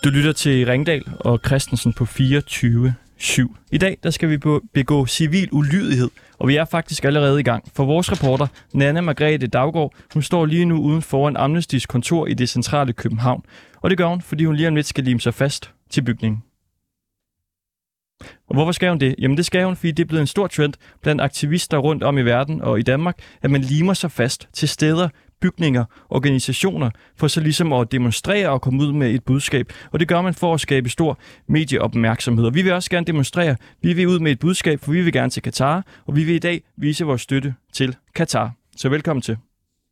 Du lytter til Ringdal og Christensen på 24/7. I dag der skal vi begå civil ulydighed, og vi er faktisk allerede i gang. For vores reporter, Nanna Margrethe Daugaard, hun står lige nu uden foran Amnestys kontor i det centrale København. Og det gør hun, fordi hun lige om lidt skal lime sig fast til bygningen. Og hvorfor skal hun det? Jamen det skal hun, fordi det er blevet en stor trend blandt aktivister rundt om i verden og i Danmark, at man limer sig fast til steder, bygninger, organisationer, for så ligesom at demonstrere og komme ud med et budskab. Og det gør man for at skabe stor medieopmærksomhed. Og vi vil også gerne demonstrere. Vi vil ud med et budskab, for vi vil gerne til Katar, og vi vil i dag vise vores støtte til Katar. Så velkommen til.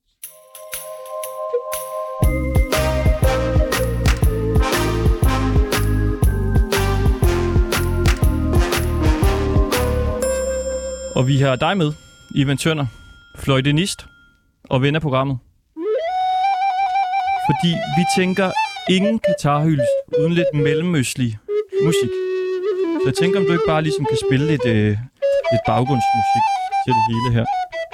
Og vi har dig med, Ivan Tønder, fløjtenist og ven af programmet. Fordi vi tænker, ingen Katar-hyldest uden lidt mellemøstlig musik. Så jeg tænker, om du ikke bare ligesom kan spille lidt baggrundsmusik til det hele her.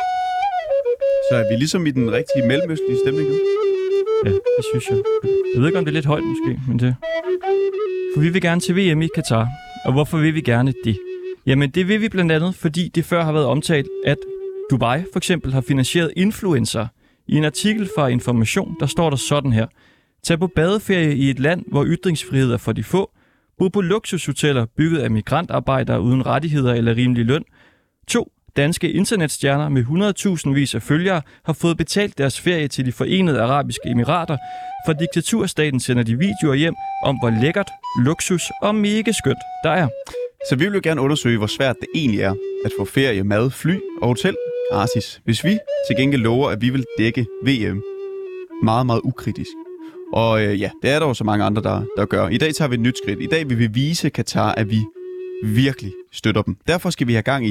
Så er vi ligesom i den rigtige mellemøstlige stemning nu? Ja, det synes jeg. Jeg ved ikke, om det er lidt højt måske, men det... For vi vil gerne til VM i Katar. Og hvorfor vil vi gerne det? Jamen, det vil vi blandt andet, fordi det før har været omtalt, at Dubai for eksempel har finansieret influencer. I en artikel fra Information, der står der sådan her. Tag på badeferie i et land, hvor ytringsfrihed er for de få. Bo på luksushoteller bygget af migrantarbejdere uden rettigheder eller rimelig løn. 2. Danske internetstjerner med 100.000 af følgere har fået betalt deres ferie til de Forenede Arabiske Emirater. Fra diktaturstaten sender de videoer hjem om, hvor lækkert, luksus og mega skønt der er. Så vi vil jo gerne undersøge, hvor svært det egentlig er at få ferie, mad, fly og hotel gratis, hvis vi til gengæld lover, at vi vil dække VM meget, meget ukritisk. Og ja, det er der jo så mange andre, der gør. I dag tager vi et nyt skridt. I dag vil vi vise Katar, at vi virkelig støtter dem. Derfor skal vi have gang i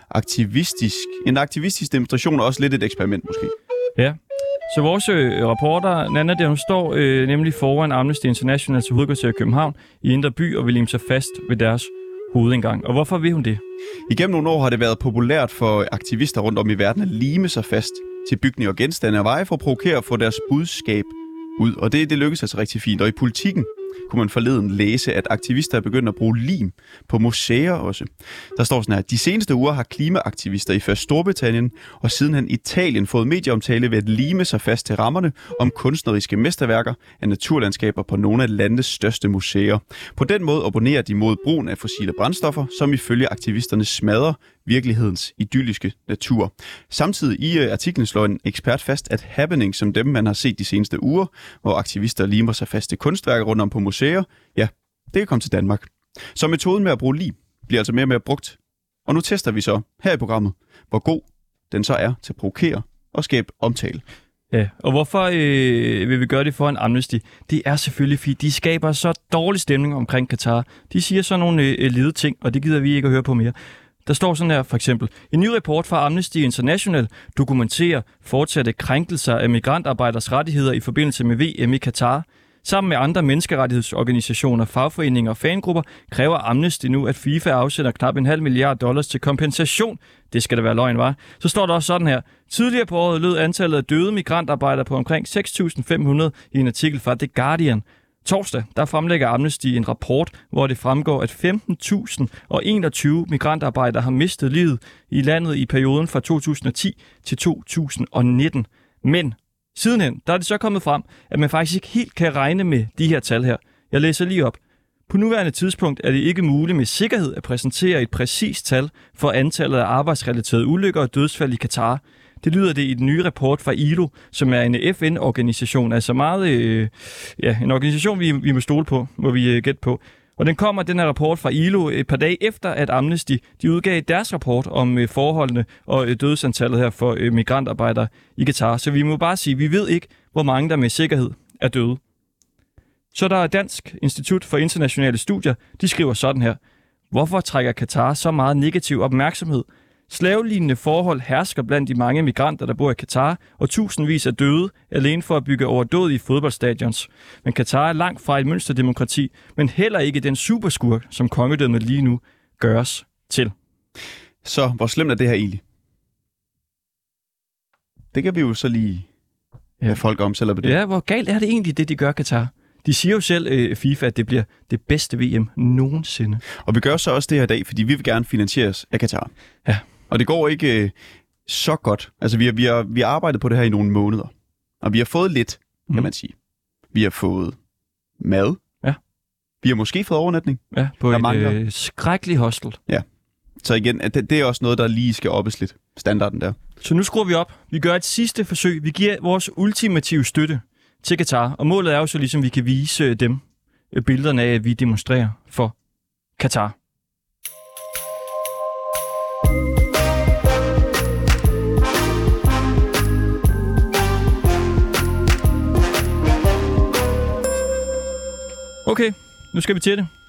en aktivistisk demonstration, og også lidt et eksperiment måske. Ja, så vores reporter, Nanna, der hun står nemlig foran Amnesty International til hovedkvarter i København i Indre By og vil lime sig fast ved deres hovedindgang. Og hvorfor vil hun det? Igennem nogle år har det været populært for aktivister rundt om i verden at lime sig fast til bygninger og genstande og veje for at provokere og få deres budskab ud. Og det lykkes altså rigtig fint. Og i Politikken kunne man forleden læse, at aktivister er begyndt at bruge lim på museer også. Der står sådan her: de seneste uger har klimaaktivister i først Storbritannien og sidenhen Italien fået medieomtale ved at lime sig fast til rammerne om kunstneriske mesterværker af naturlandskaber på nogle af landets største museer. På den måde abonnerer de mod brugen af fossile brændstoffer, som ifølge aktivisterne smadrer virkelighedens idylliske natur. Samtidig i artiklen slår en ekspert fast, at happening som dem, man har set de seneste uger, hvor aktivister limer sig fast til kunstværker rundt om på museer, ja, det kan komme til Danmark. Så metoden med at bruge lim bliver altså mere og mere brugt. Og nu tester vi så her i programmet, hvor god den så er til at provokere og skabe omtale. Ja, og hvorfor vil vi gøre det for en Amnesty? Det er selvfølgelig, fordi de skaber så dårlig stemning omkring Katar. De siger så nogle lede ting, og det gider vi ikke at høre på mere. Der står sådan her for eksempel: en ny rapport fra Amnesty International dokumenterer fortsatte krænkelser af migrantarbejders rettigheder i forbindelse med VM i Katar. Sammen med andre menneskerettighedsorganisationer, fagforeninger og fangrupper kræver Amnesty nu, at FIFA afsætter knap $500 million til kompensation. Det skal da være løgn, hva'? Så står der også sådan her: tidligere på året lød antallet af døde migrantarbejdere på omkring 6.500 i en artikel fra The Guardian. Torsdag, der fremlægger Amnesty en rapport, hvor det fremgår, at 15.021 migrantarbejdere har mistet livet i landet i perioden fra 2010 til 2019. Men sidenhen, der er det så kommet frem, at man faktisk ikke helt kan regne med de her tal her. Jeg læser lige op. På nuværende tidspunkt er det ikke muligt med sikkerhed at præsentere et præcist tal for antallet af arbejdsrelaterede ulykker og dødsfald i Katar. Det lyder det i den nye rapport fra ILO, som er en FN-organisation, altså meget en organisation, vi må stole på, må vi gætte på. Og den her rapport fra ILO et par dage efter, at Amnesty de udgav deres rapport om forholdene og dødsantallet her for migrantarbejdere i Katar. Så vi må bare sige, at vi ved ikke, hvor mange der med sikkerhed er døde. Så der er Dansk Institut for Internationale Studier, de skriver sådan her: hvorfor trækker Katar så meget negativ opmærksomhed? Slavelignende forhold hersker blandt de mange migranter, der bor i Katar, og tusindvis er døde alene for at bygge overdådige fodboldstadions. Men Katar er langt fra et mønsterdemokrati, men heller ikke den superskurk, som kongedømmet lige nu gøres til. Så hvor slemt er det her egentlig? Det kan vi jo så lige have folk om selv at bedømme. Ja, hvor galt er det egentlig, det de gør, Katar? De siger jo selv, FIFA, at det bliver det bedste VM nogensinde. Og vi gør så også det her i dag, fordi vi vil gerne finansieres af Katar. Ja. Og det går ikke så godt. Altså, vi har arbejdet på det her i nogle måneder. Og vi har fået lidt, kan man sige. Vi har fået mad. Ja. Vi har måske fået overnatning. Ja, på et skrækkeligt hostel. Ja. Så igen, det er også noget, der lige skal oppes lidt. Standarden der. Så nu skruer vi op. Vi gør et sidste forsøg. Vi giver vores ultimative støtte til Katar. Og målet er jo så ligesom, vi kan vise dem billederne af, at vi demonstrerer for Katar. Okay, nu skal vi til det.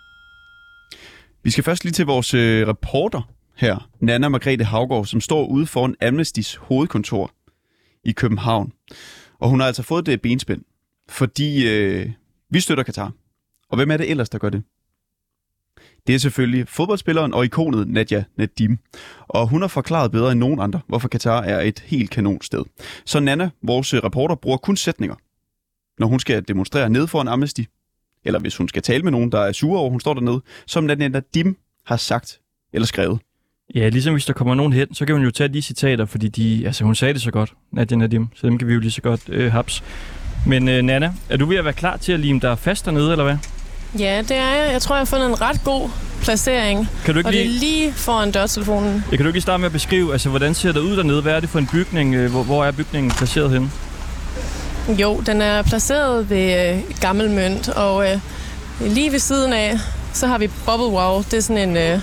Vi skal først lige til vores reporter her, Nanna Margrethe Haugaard, som står ude foran Amnestys hovedkontor i København. Og hun har altså fået det benspænd, fordi vi støtter Katar. Og hvem er det ellers, der gør det? Det er selvfølgelig fodboldspilleren og ikonet Nadia Nadim. Og hun har forklaret bedre end nogen andre, hvorfor Katar er et helt kanonsted. Så Nanna, vores reporter, bruger kun sætninger, når hun skal demonstrere nede foran Amnesty, eller hvis hun skal tale med nogen, der er sure over, hun står dernede, som Nadia Nadim har sagt eller skrevet. Ja, ligesom hvis der kommer nogen hen, så kan man jo tage de citater, fordi hun sagde det så godt, Nadia Nadim, så dem kan vi jo lige så godt haps. Men Nanna, er du ved at være klar til at lime dig fast dernede, eller hvad? Ja, det er jeg. Jeg tror, jeg har fundet en ret god placering. Kan du ikke og det er lige foran dørtelefonen. Kan du ikke lige starte med at beskrive, hvordan ser det ud dernede? Hvad er det for en bygning? Hvor er bygningen placeret henne? Jo, den er placeret ved Gammel Mønt, og lige ved siden af, så har vi Bubble Wow. Det er sådan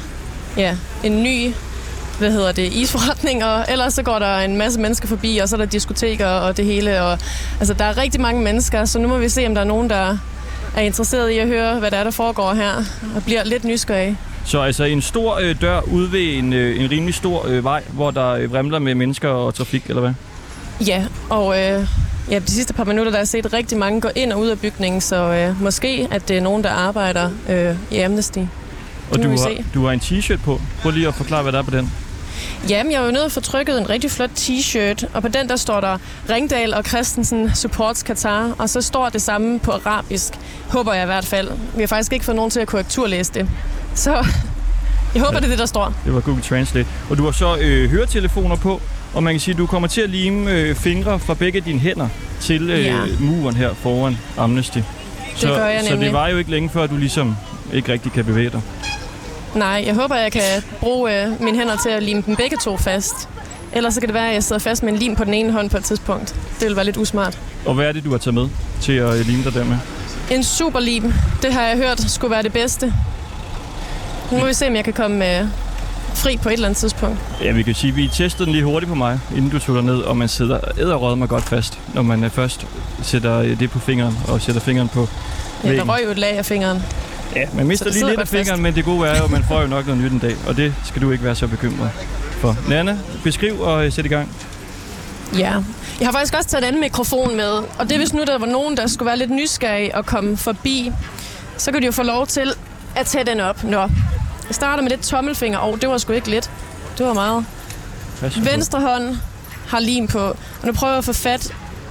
en ny isforretning, og ellers så går der en masse mennesker forbi, og så er der diskoteker og det hele. Og, altså, der er rigtig mange mennesker, så nu må vi se, om der er nogen, der er interesseret i at høre, hvad der er, der foregår her, og bliver lidt nysgerrig. Så altså en stor dør ude ved en rimelig stor vej, hvor der vrimler med mennesker og trafik, eller hvad? Ja, og de sidste par minutter, der har jeg set rigtig mange gå ind og ud af bygningen, så måske, at det er nogen, der arbejder i Amnesty. Og du har en t-shirt på. Prøv lige at forklare, hvad der er på den. Jamen, jeg er jo nødt for trykket en rigtig flot t-shirt, og på den der står der Ringdal og Christensen supports Katar, og så står det samme på arabisk. Håber jeg i hvert fald. Vi har faktisk ikke fået nogen til at korrekturlæse det. Så jeg håber, det er det, der står. Det var Google Translate. Og du har så høretelefoner på, og man kan sige, at du kommer til at lime fingre fra begge dine hænder til muren her foran Amnesty. Det gør jeg nemlig. Så det var jo ikke længe før, du ligesom ikke rigtig kan bevæge dig. Nej, jeg håber, jeg kan bruge mine hænder til at lime dem begge to fast. Ellers så kan det være, at jeg sidder fast med en lim på den ene hånd på et tidspunkt. Det vil være lidt usmart. Og hvad er det, du har taget med til at lime dig der med? En superlim. Det har jeg hørt skulle være det bedste. Nu må vi se, om jeg kan komme fri på et eller andet tidspunkt. Ja, vi kan sige, at vi testede den lige hurtigt på mig, inden du tog dig ned, og man sidder edderrødder mig godt fast, når man først sætter det på fingeren og sætter fingeren på væggen. Ja, der røg jo et lag af fingeren. Ja, man mister lige lidt af fingeren, men det gode er jo, at man får jo nok noget nyt en dag, og det skal du ikke være så bekymret for. Nanna, beskriv og sæt i gang. Ja, jeg har faktisk også taget en anden mikrofon med, og det er hvis nu der var nogen, der skulle være lidt nysgerrige og komme forbi, så kan de jo få lov til at tage den op. Nå, jeg starter med lidt tommelfinger. Det var sgu ikke lidt. Det var meget. Venstre hånd har lim på, og nu prøver jeg at få fat,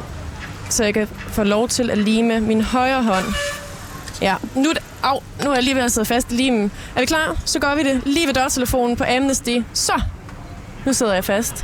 så jeg kan få lov til at lime min højre hånd. Ja, nu er jeg lige ved at sidde fast i limen. Er vi klar? Så gør vi det lige ved dørtelefonen på Amnesty. Så! Nu sidder jeg fast.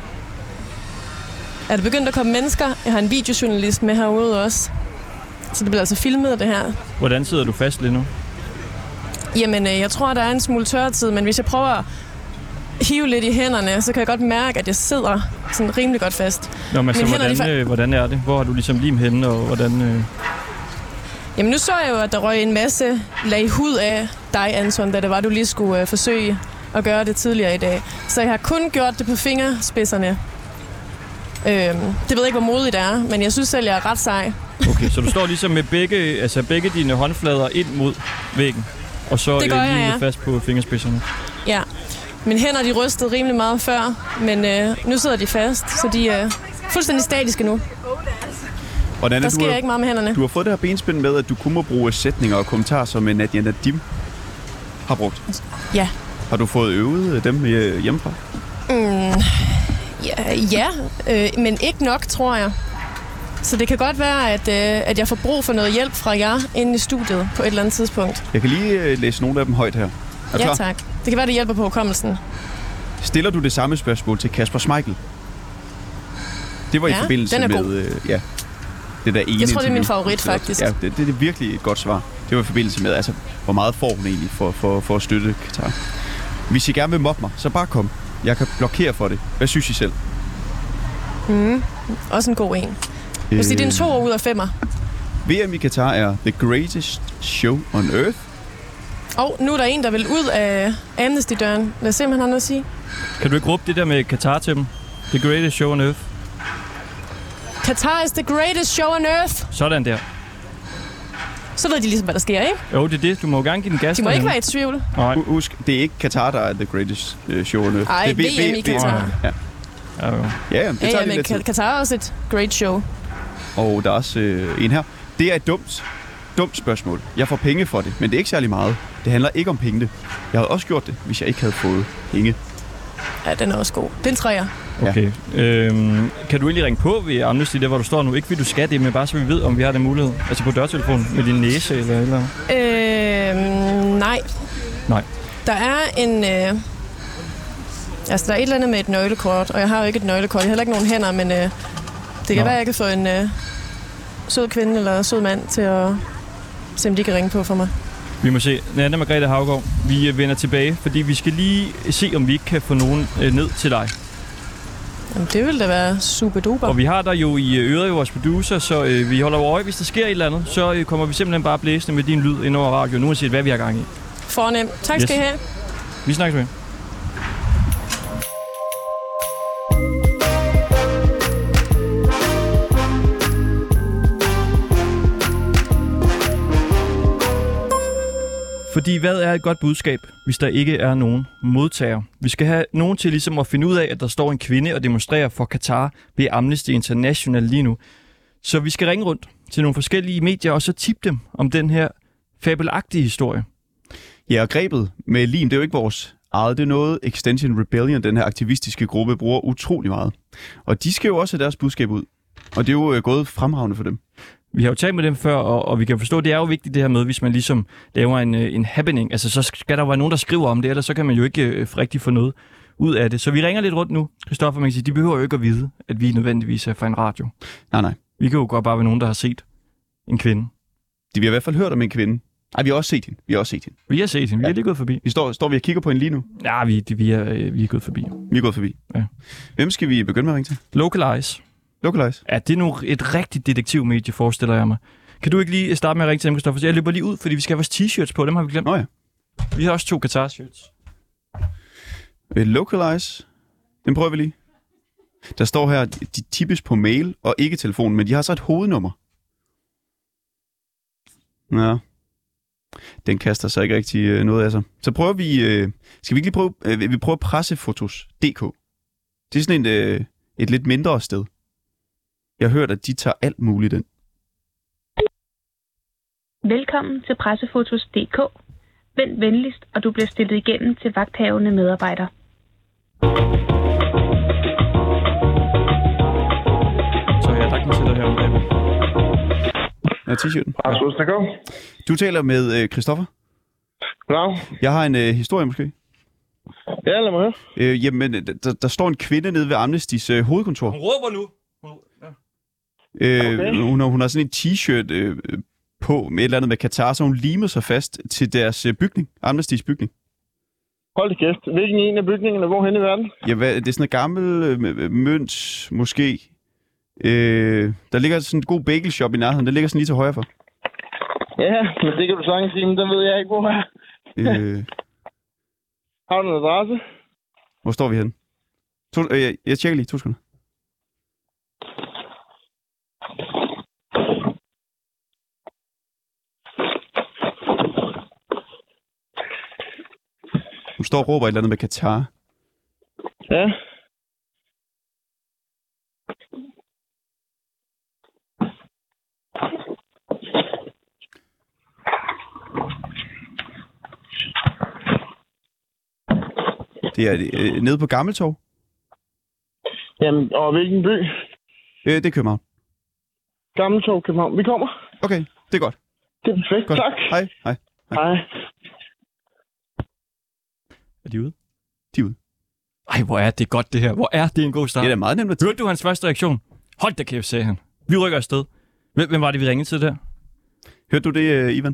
Er det begyndt at komme mennesker? Jeg har en videojournalist med herude også. Så det bliver altså filmet, det her. Hvordan sidder du fast lige nu? Jamen, jeg tror, der er en smule tørretid, men hvis jeg prøver at hive lidt i hænderne, så kan jeg godt mærke, at jeg sidder sådan rimelig godt fast. Nå, men så hvordan er det? Hvor har du ligesom lim henne, og hvordan... Jamen, nu så jeg jo, at der røg en masse lag hud af dig, Anton, da det var, du lige skulle forsøge at gøre det tidligere i dag. Så jeg har kun gjort det på fingerspidserne. Det ved jeg ikke, hvor modigt det er, men jeg synes selv, jeg er ret sej. Okay, så du står ligesom med begge dine håndflader ind mod væggen, og så lige fast på fingerspidserne. Ja, mine hænder de rystede rimelig meget før, men nu sidder de fast, så de er fuldstændig statiske nu. Og Nanna, der sker ikke meget med hænderne. Du har fået det her benspænd med, at du kun må bruge sætninger og kommentarer, som Nadia Nadim har brugt. Ja. Har du fået øvet dem hjemmefra? Men ikke nok, tror jeg. Så det kan godt være, at jeg får brug for noget hjælp fra jer inde i studiet på et eller andet tidspunkt. Jeg kan lige læse nogle af dem højt her. Er du Ja, klar? tak. Det kan være, det hjælper på hukommelsen. Stiller du det samme spørgsmål til Kasper Schmeichel? Det var i Ja, forbindelse den er god. med... det der ene Jeg tror, det er min interview. favorit, faktisk. Ja, det er virkelig et godt svar. Det var i forbindelse med, altså, hvor meget får hun egentlig for at støtte Katar. Hvis I gerne vil mobbe mig, så bare kom. Jeg kan blokere for det. Hvad synes I selv? Også en god en. Jeg sige, det er en 2 ud af 5'er. VM i Katar er the greatest show on earth. Og nu er der en, der vil ud af Amnesty-døren. Lad os se, om han har noget at sige. Kan du ikke råbe det der med Katar til dem? The greatest show on earth. Qatar is the greatest show on earth. Sådan der. Så ved de ligesom, hvad der sker, ikke? Jo, det er det. Du må jo gerne give den gas. De må ikke derhen. være i tvivl. Nej. Husk, det er ikke Katar, der er the greatest show on earth. Ej, det er VM i Katar. Ja, Ja, jo. ja, det tager Ja, vi men lidt tid. Qatar er også et great show. Og der er også en her. Det er et dumt spørgsmål. Jeg får penge for det, men det er ikke særlig meget. Det handler ikke om penge. Jeg havde også gjort det, hvis jeg ikke havde fået penge. Ja, den er også god. Den 3'er. Okay. Kan du egentlig ringe på ved Amnesty, der hvor du står nu? Ikke fordi du skal det, men bare så vi ved, om vi har den mulighed. Altså på dørtelefonen med din næse eller? Nej. Nej. Der er en... altså, der er et eller andet med et nøglekort, og jeg har jo ikke et nøglekort. Jeg har heller ikke nogen hænder, men det kan være, at jeg kan få en sød kvinde eller sød mand til at se, om de kan ringe på for mig. Vi må se. Anna Margrethe Haugaard, vi vender tilbage, fordi vi skal lige se, om vi ikke kan få nogen ned til dig. Jamen, det ville da være super duper. Og vi har der jo i øret i vores producer, så vi holder øje. Hvis der sker et eller andet, så kommer vi simpelthen bare blæsende med din lyd ind over radioen, uanset hvad vi har gang i. Fornemt. Tak skal I have. Vi snakkes med. Fordi hvad er et godt budskab, hvis der ikke er nogen modtager? Vi skal have nogen til ligesom at finde ud af, at der står en kvinde og demonstrerer for Katar ved Amnesty International lige nu. Så vi skal ringe rundt til nogle forskellige medier og så tippe dem om den her fabelagtige historie. Ja, og grebet med lim, det er jo ikke vores eget. Det er noget Extinction Rebellion, den her aktivistiske gruppe, bruger utrolig meget. Og de skal jo også have deres budskab ud. Og det er jo gået fremragende for dem. Vi har jo talt med dem før, og vi kan forstå, at det er jo vigtigt det her med, hvis man ligesom laver en happening. Altså, så skal der være nogen, der skriver om det, ellers så kan man jo ikke rigtig få noget ud af det. Så vi ringer lidt rundt nu, Christoffer. Man kan sige, de behøver jo ikke at vide, at vi nødvendigvis er fra en radio. Nej. Vi kan jo godt bare være nogen, der har set en kvinde. De har i hvert fald hørt om en kvinde. Ej, vi har også set hende. Vi har set hende. Vi er lige gået forbi. Vi står vi og kigger på hende lige nu. Ja, vi er gået forbi. Vi er gået forbi. Ja. Hvem skal vi begynde med at ringe til? Localize. Localize? Ja, det er nu et rigtigt detektivmedie, forestiller jeg mig. Kan du ikke lige starte med at ringe til dem, Christoffer? Jeg løber lige ud, fordi vi skal have vores t-shirts på. Dem har vi glemt. Nå ja. Vi har også 2 Qatar-shirts. Localize. Den prøver vi lige. Der står her, de tippes på mail og ikke telefon, men de har så et hovednummer. Ja. Den kaster sig ikke rigtig noget af sig. Så prøver vi... skal vi ikke lige prøve... vi prøver pressefotos.dk. Det er sådan et lidt mindre sted. Jeg har hørt, at de tager alt muligt ind. Velkommen til pressefotos.dk. Vent venligst, og du bliver stillet igennem til vagthavende medarbejder. Så jeg der kan sætte her om Ja, t-shirten. Rasmus.dk. Du taler med Christoffer. Goddag. Jeg har en historie måske. Ja, lad mig høre. Jamen, der står en kvinde nede ved Amnestys hovedkontor. Hun råber nu. Okay. Hun har sådan en t-shirt på med et eller andet med Katar, så hun limer sig fast til deres bygning, Amnestys bygning. Hold da kæft. Hvilken en af bygningerne? Hvor hen i verden? Ja, det er sådan en gammel mønt, måske. Der ligger sådan en god bagel shop i nærheden. Den ligger sådan lige til højre for. Ja, men det kan du sagtens sige, men den ved jeg ikke, hvor er. Har du en adresse? Hvor står vi henne? Jeg tjekker lige 2 sekunder. Hun står og råber et eller andet med Katar. Ja. Det er nede på Gammeltorv. Jamen, og hvilken by? Det er København. Gammeltorv, København. Vi kommer. Okay, det er godt. Det er perfekt. Godt. Tak. Hej. Hej. Er de ude? De er ude. Ej, hvor er det godt det her. Hvor er det en god start. Det er da meget nemt at Hørte du hans første reaktion? Hold da kæft, sagde han. Vi rykker afsted. Hvem var det, vi ringede til der? Hørte du det, Ivan?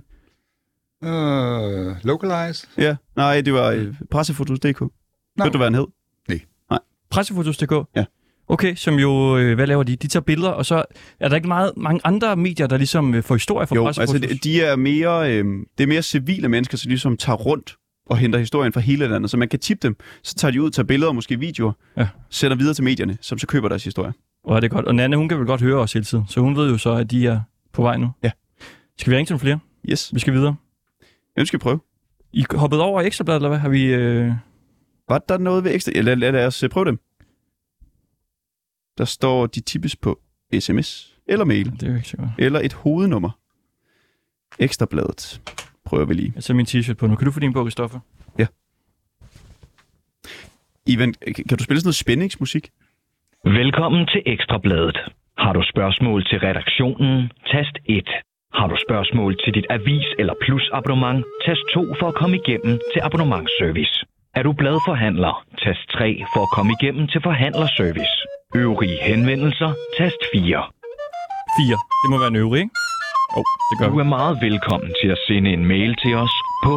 Localize? Ja. Nej, det var pressefotos.dk. Hørte du, hvad han hed? Nej. Pressefotos.dk? Ja. Okay, som jo, hvad laver de? De tager billeder, og så er der ikke mange andre medier, der ligesom får historie fra pressefotos? Altså de er mere, det er mere civile mennesker, som ligesom tager rundt og henter historien fra hele landet. Så man kan tippe dem, så tager de ud, tager billeder og måske videoer, sender videre til medierne, som så køber deres historie. Og det er godt. Og Nanne, hun kan vel godt høre os hele tiden, så hun ved jo så, at de er på vej nu. Ja. Skal vi ringe til nogle flere? Yes. Vi skal videre. Hvem skal prøve? I hoppet over Ekstrabladet, eller hvad? Har vi... Var der noget ved ekstra? Lad os prøve dem. Der står, de tippes på sms eller mail. Det er jo ikke så godt. Eller et hovednummer. Ekstrabladet. Prøver vi lige. Jeg tager min t-shirt på nu. Kan du få din på, Christoffer? Ja. Ivan, kan du spille sådan noget spændingsmusik? Velkommen til Ekstrabladet. Har du spørgsmål til redaktionen? Tast 1. Har du spørgsmål til dit avis- eller plusabonnement? Tast 2 for at komme igennem til abonnementsservice. Er du bladforhandler? Tast 3 for at komme igennem til forhandlerservice. Øvrige henvendelser? Tast 4. 4. Det må være en øvrig, ikke? Det gør Du vi. er meget velkommen til at sende en mail til os på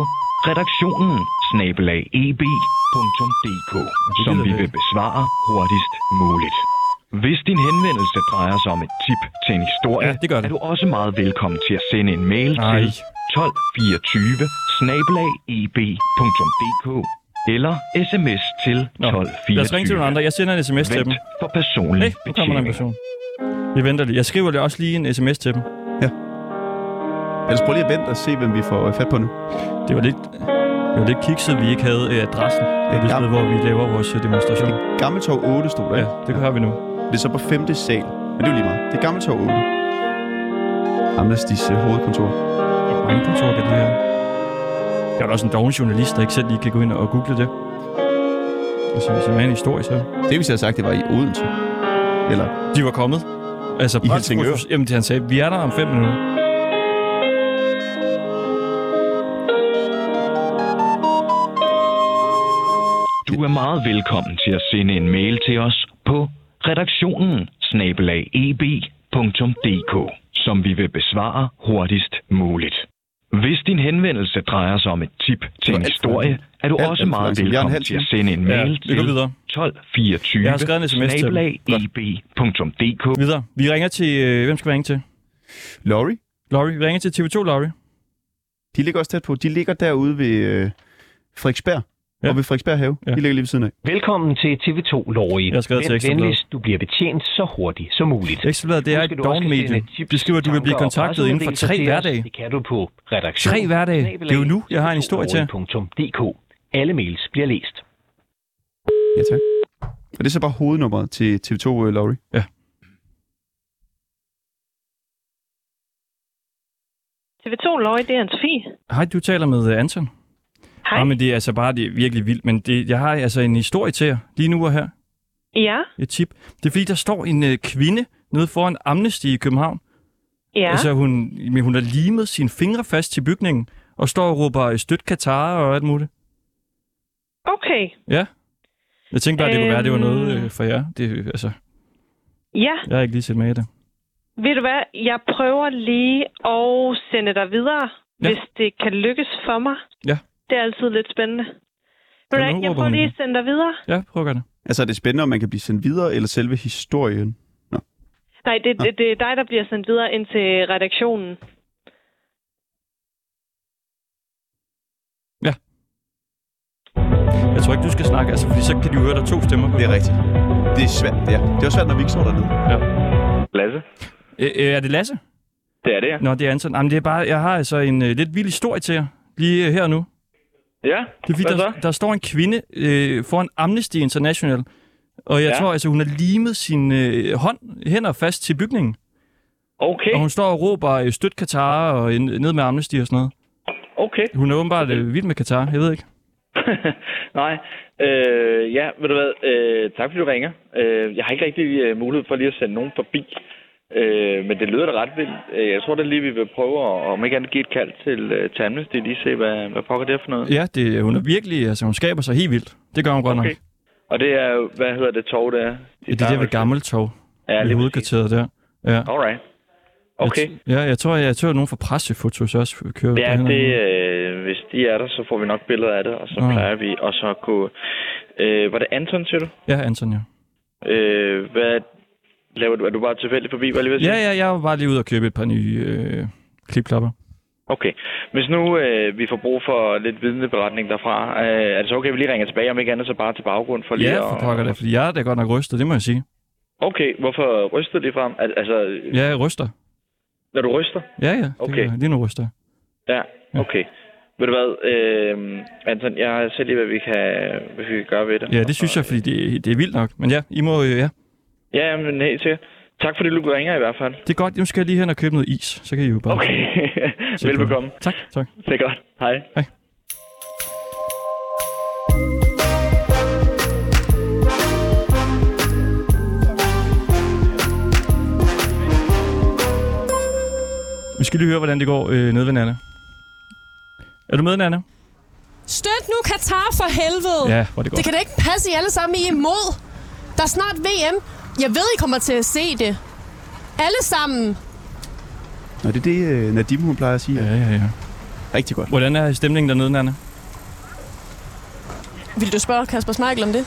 redaktionen@eb.dk, som vi vil besvare hurtigst muligt. Hvis din henvendelse drejer sig om et tip til en historie, det gør det. er du også meget velkommen til at sende en mail til 1224@eb.dk eller sms til 1224. Lad os ringe til nogle andre. Jeg sender en sms til dem. For personlig Nu kommer der en person. Vi venter lige. Jeg skriver det også lige en sms til dem. Ja. Ellers prøv lige at vente og se, hvem vi får fat på nu. Det var lidt kikset, vi ikke havde adressen. Det sted, hvor vi laver vores demonstration. Gammeltorv 8 stod der, ikke? Ja, det har vi nu. Det er så på 5. sal. Men det er jo lige meget. Det er Gammeltorv 8. Amnestys hovedkontor. Mange kontor kan det her. Der er også en doven journalist, der ikke selv lige kan gå ind og google det. Altså, hvis det var en historie, så... Det vil jeg have sagt, det var i Odense. Eller... De var kommet. Altså, I Helsingør. Jamen, det han sagde, vi er der om 5 minutter. Du er meget velkommen til at sende en mail til os på redaktionen@eb.dk, som vi vil besvare hurtigst muligt. Hvis din henvendelse drejer sig om et tip til en historie, er du også meget velkommen til at sende en mail til 1224 Jeg har skrevet en sms til dem. @eb.dk. Videre. Vi ringer til... hvem skal vi ringe til? Laurie? Laurie. Vi ringer til TV2, Laurie. De ligger også tæt på. De ligger derude ved Frederiksberg. Ja. Og ved Frederiksberg have. Ja. De ligger lige ved siden af. Velkommen til TV2, Laurie. Jeg har skrevet til Ekstrabladet. Venligst, du bliver betjent så hurtigt som muligt. Ekstrabladet, det er et doven-medie. Det skriver, at du vil blive kontaktet inden for 3 hverdage. Det kan du på redaktion. 3 hverdage? Det er jo nu, jeg har en historie til. .dk. Alle mails bliver læst. Ja, tak. Og det er så bare hovednummeret til TV2, Laurie? Ja. TV2, Laurie, det er Anne-Sophie. Hej, du taler med Anton. Hej. Ja, men det er altså bare det er virkelig vildt, men jeg har altså en historie til jer, lige nu og her. Ja. Et tip. Det er fordi, der står en kvinde nede foran Amnesty i København. Ja. Altså, hun har limet sine fingre fast til bygningen, og står og råber støt Katar og alt muligt. Okay. Ja. Jeg tænkte bare, det kunne være, det var noget for jer. Det, altså, ja. Jeg har ikke lige set med i det. Ved du hvad? Jeg prøver lige at sende dig videre, hvis det kan lykkes for mig. Ja. Det er altid lidt spændende. Jeg prøver lige at sende dig videre. Ja, prøv at gøre det. Altså, er det spændende, om man kan blive sendt videre, eller selve historien? Nå. Nej, det er dig, der bliver sendt videre ind til redaktionen. Ja. Jeg tror ikke, du skal snakke, altså, fordi så kan de jo høre, der er 2 stemmer på. Det er rigtigt. Det er svært, det er. Det er svært, når vi ikke står dernede. Ja. Lasse? Er det Lasse? Det er det, ja. Nå, det er Anton. Jamen, det er bare, jeg har altså en lidt vild historie til jer, lige her nu. Ja, det er fordi, der står en kvinde foran Amnesty International, og jeg tror, altså, hun har limet sin hænder fast til bygningen. Okay. Og hun står og råber støt Katar og ned med Amnesty og sådan noget. Okay. Hun er åbenbart vild med Katar, jeg ved ikke. Nej. Ja, ved du hvad? Tak fordi du ringer. Jeg har ikke rigtig mulighed for lige at sende nogen forbi. Men det lyder da ret vildt. Jeg tror da lige, vi vil prøve at, om ikke andet, give et kald til Amnesty, lige se, hvad pokker det er for noget. Ja, hun er virkelig, altså hun skaber sig helt vildt. Det gør hun godt nok. Og det er jo, hvad hedder det tog der? Det er der ved Gammeltorv. Ja, lige hovedkvarteret der. Ja. Alright. Okay. Jeg tror, at nogen fra pressefotos også kører ja, på det, hvis de er der, så får vi nok billeder af det, og så plejer vi også at kunne... var det Anton, siger du? Ja, Anton, ja. Hvad laver du? Er du bare tilfældig forbi, var lige ved at sige? Ja, jeg var bare lige ude og købe et par nye klipklapper. Okay. Hvis nu vi får brug for lidt vidneberetning derfra, er det så okay, at vi lige ringer tilbage, om ikke andet så bare til baggrund? For lige for pokker det, fordi jeg er da godt nok rystet, det må jeg sige. Okay, hvorfor ryster det frem? Altså, ja, jeg ryster. Når du ryster? Ja, okay. Lige nu ryster ja, okay. Ved du hvad, Anton, jeg ser lige, hvad vi kan gøre ved det. Ja, det synes jeg, fordi det er vildt nok. Men ja, I må ja. Ja, men helt sikkert. Tak fordi du ringer i hvert fald. Det er godt, nu skal jeg lige hen og købe noget is, så kan I jo bare... Okay, velbekomme. Tak. Det er godt. Hej. Hej. Vi skal lige høre, hvordan det går nede ved Nanna. Er du med, Nanna? Støt nu Katar for helvede! Ja, hvor det går. Det kan da ikke passe, I alle sammen I er imod. Der er snart VM. Jeg ved, I kommer til at se det. Alle sammen. Nå, det er det, Nadim, hun plejer at sige. Ja. Rigtig godt. Hvordan er stemningen dernede, Nanna? Vil du spørge Kasper Schmeichel om det?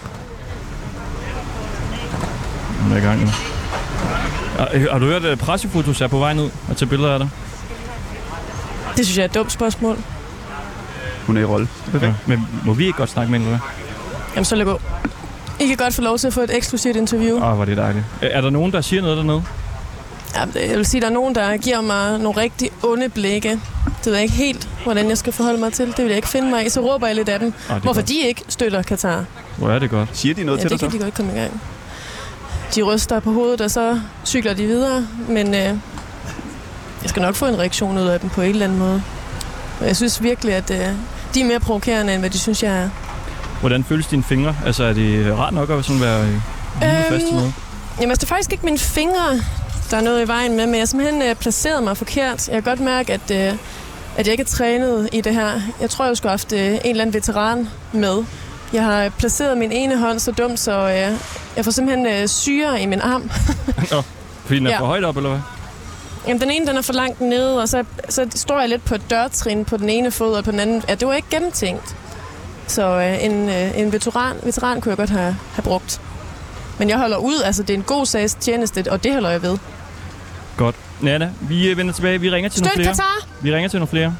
Hun er i gang nu. Har du hørt, at pressefotos er på vej ned og tage billeder af dig? Det synes jeg er et dumt spørgsmål. Hun er i rolle. Ja, men må vi ikke godt snakke med hende, eller hvad? Jamen, så lad gå. I kan godt få lov til at få et eksklusivt interview. Hvor det dejligt. Er der nogen, der siger noget dernede? Ja, jeg vil sige, der er nogen, der giver mig nogle rigtig onde blikke. Det ved jeg ikke helt, hvordan jeg skal forholde mig til. Det vil jeg ikke finde mig i. Så råber jeg lidt af dem, hvorfor godt. De ikke støtter Katar. Hvor er det godt. Siger de noget til dig så? Ja, det kan de godt komme i gang. De ryster på hovedet, og så cykler de videre. Men jeg skal nok få en reaktion ud af dem på en eller anden måde. Og jeg synes virkelig, at de er mere provokerende, end hvad de synes, jeg er. Hvordan føles dine fingre? Altså, er det rart nok at sådan være fast til noget? Jamen, det er faktisk ikke mine fingre, der er noget i vejen med, men jeg simpelthen placeret mig forkert. Jeg kan godt mærke, at jeg ikke er trænet i det her. Jeg tror, jeg skulle have haft en eller anden veteran med. Jeg har placeret min ene hånd så dumt, så jeg får simpelthen syre i min arm. Fordi den er for højt op, eller hvad? Jamen, den ene den er for langt nede, og så står jeg lidt på et dørtrin på den ene fod, og på den anden... Ja, det var ikke gennemtænkt. Så en veteran kunne jeg godt have brugt. Men jeg holder ud, altså det er en god sags tjeneste, og det holder jeg ved. Godt. Nanna, vi vender tilbage. Vi ringer til nogle flere. Katar! Vi ringer til nogle flere.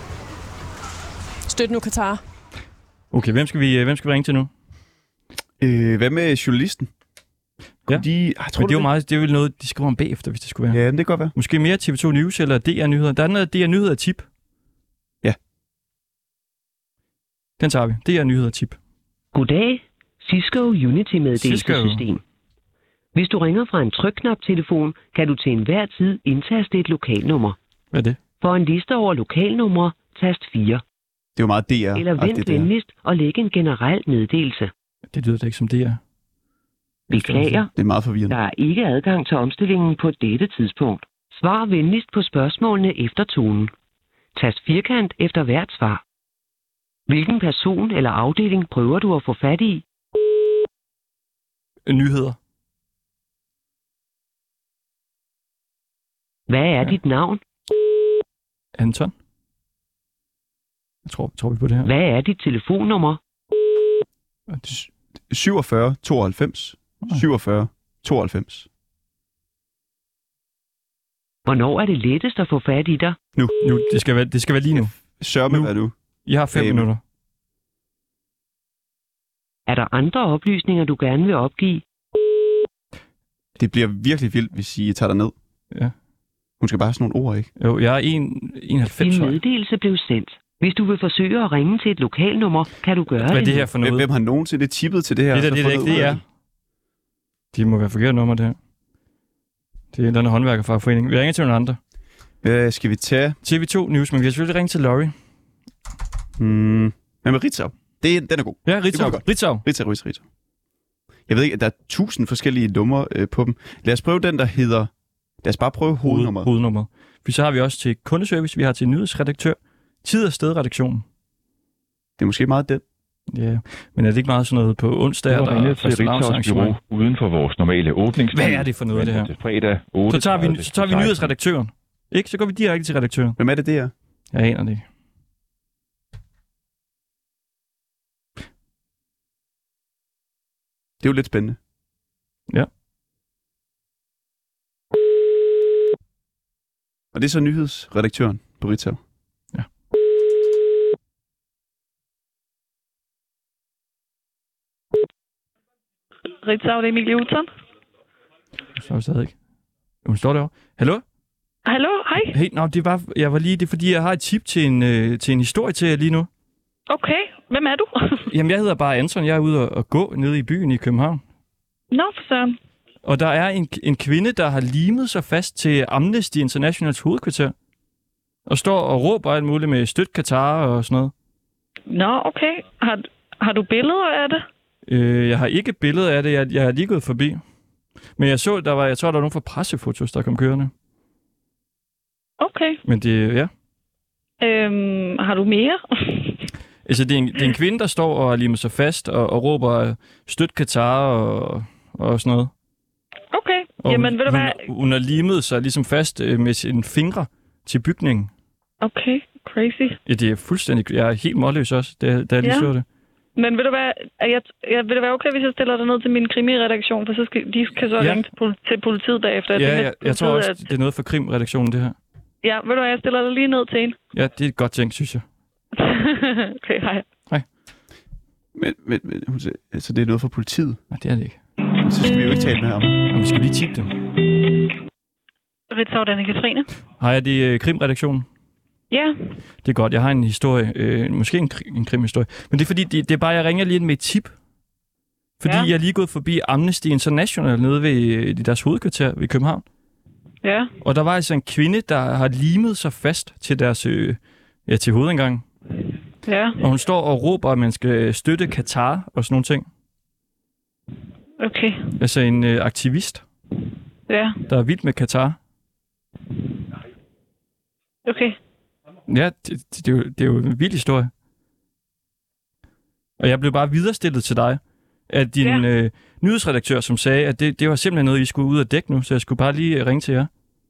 Støt nu Katar. Okay, hvem skal vi ringe til nu? Hvad med journalisten? Ja, men det er jo meget, det er vel noget, de skriver om bagefter, hvis det skulle være. Ja, det kan godt være. Måske mere TV2 News eller DR Nyheder. Der er noget DR Nyheder tip. Ja. Den tager vi. DR Nyheder tip. Goddag. Cisco Unity meddelelsessystem. Hvis du ringer fra en trykknap-telefon, kan du til enhver tid indtaste et lokalnummer. Hvad er det? For en liste over lokalnumre, tast 4. Det er jo meget DR. Eller vent venligst og læg en generel meddelelse. Det lyder da ikke som DR. Beklager. Det er meget forvirrende. Der er ikke adgang til omstillingen på dette tidspunkt. Svar venligst på spørgsmålene efter tonen. Tast firkant efter hvert svar. Hvilken person eller afdeling prøver du at få fat i? Nyheder. Hvad er dit navn? Anton. Jeg tror vi på det her. Hvad er dit telefonnummer? 47 92 47 92. Hvornår er det lettest at få fat i dig? Nu. Det skal være lige nu. Sørg med, hvad nu? I har 5 minutter. Er der andre oplysninger, du gerne vil opgive? Det bliver virkelig vildt, hvis I tager dig ned. Ja. Hun skal bare have sådan nogle ord, ikke? Jo, jeg er 91. Din meddelelse blev sendt. Hvis du vil forsøge at ringe til et lokalnummer, kan du gøre det. Hvad er det her for noget? Hvem har nogensinde tippet til det her? Det er ikke det, er. De må være forkert nummer, det her. Det er en eller anden håndværkerfagforening. Vi ringer til nogle andre. Skal vi tage? TV2 News, men vi kan selvfølgelig ringe til Laurie. Men med Ritzau. Den er god. Ja, Ritzau. Jeg ved ikke, at der er 1000 forskellige numre på dem. Lad os prøve den, der hedder Lad os bare prøve hovednummeret. For så har vi også til kundeservice, vi har til nyhedsredaktør, tid og stedredaktionen. Det er måske meget det. Ja, men er det ikke meget sådan noget på onsdag, der er fastelavnsarrangement? Uden for vores normale åbningstid. Hvad er det for noget, det her? Fredag, 8, så tager vi nyhedsredaktøren. Ikke? Så går vi direkte til redaktøren. Hvem er det der? Jeg aner det ikke. Det er jo lidt spændende. Ja. Og det er så nyhedsredaktøren på Ritzau. Ja. Ritzau, det er Emilie Hudson. Så er vi stadig ikke. Hun står derovre. Hallo? Hallo, hej. Hey, det er fordi, jeg har et tip til en historie til jer lige nu. Okay, hvem er du? Jamen, jeg hedder bare Anton. Jeg er ude og gå nede i byen i København. Nå, for søren. Og der er en kvinde, der har limet sig fast til Amnesty Internationals hovedkvarter. Og står og råber alt muligt med støt Katar og sådan noget. Nå, okay. Har du billeder af det? Jeg har ikke billeder af det. Jeg har lige gået forbi. Men jeg så, jeg tror, der var nogen fra Pressefotos, der kom kørende. Okay. Men det, ja. Har du mere? Altså, det er en kvinde, der står og limer sig fast og råber støt Katar og sådan noget. Okay. Og jamen, ved du hvad? Hun har limet sig ligesom fast med sine fingre til bygningen. Okay, crazy. Ja, det er fuldstændig... Jeg er helt målløs også, da jeg lige så det. Men ved du hvad? Vil det være okay, hvis jeg stiller dig ned til min krimiredaktion, for så de kan så ringe til politiet bagefter? Jeg tror også, det er noget for krimredaktionen, det her. Ja, ved du hvad? Jeg stiller dig lige ned til en. Ja, det er et godt ting, synes jeg. Okay, hej. Hej. Men altså, det er noget for politiet? Nej, det er det ikke. Så skal vi jo ikke tale med ham. Jamen, vi skal lige tippe dem. Ritzau, den er Katrine. Hej, er det krimredaktionen? Ja. Det er godt, jeg har en historie. Måske en krimhistorie. Men det er fordi, det er bare, jeg ringer lige med et tip. Fordi jeg er lige gået forbi Amnesty International nede ved deres hovedkvarter ved København. Ja. Og der var altså en kvinde, der har limet sig fast til deres til hovedindgangen. Ja. Og hun står og råber, at man skal støtte Katar og sådan nogle ting. Okay. Altså en aktivist, der er vild med Katar. Okay. Ja, det er jo en vild historie. Og jeg blev bare viderestillet til dig af din nyhedsredaktør, som sagde, at det var simpelthen noget, I skulle ud og dække nu, så jeg skulle bare lige ringe til jer.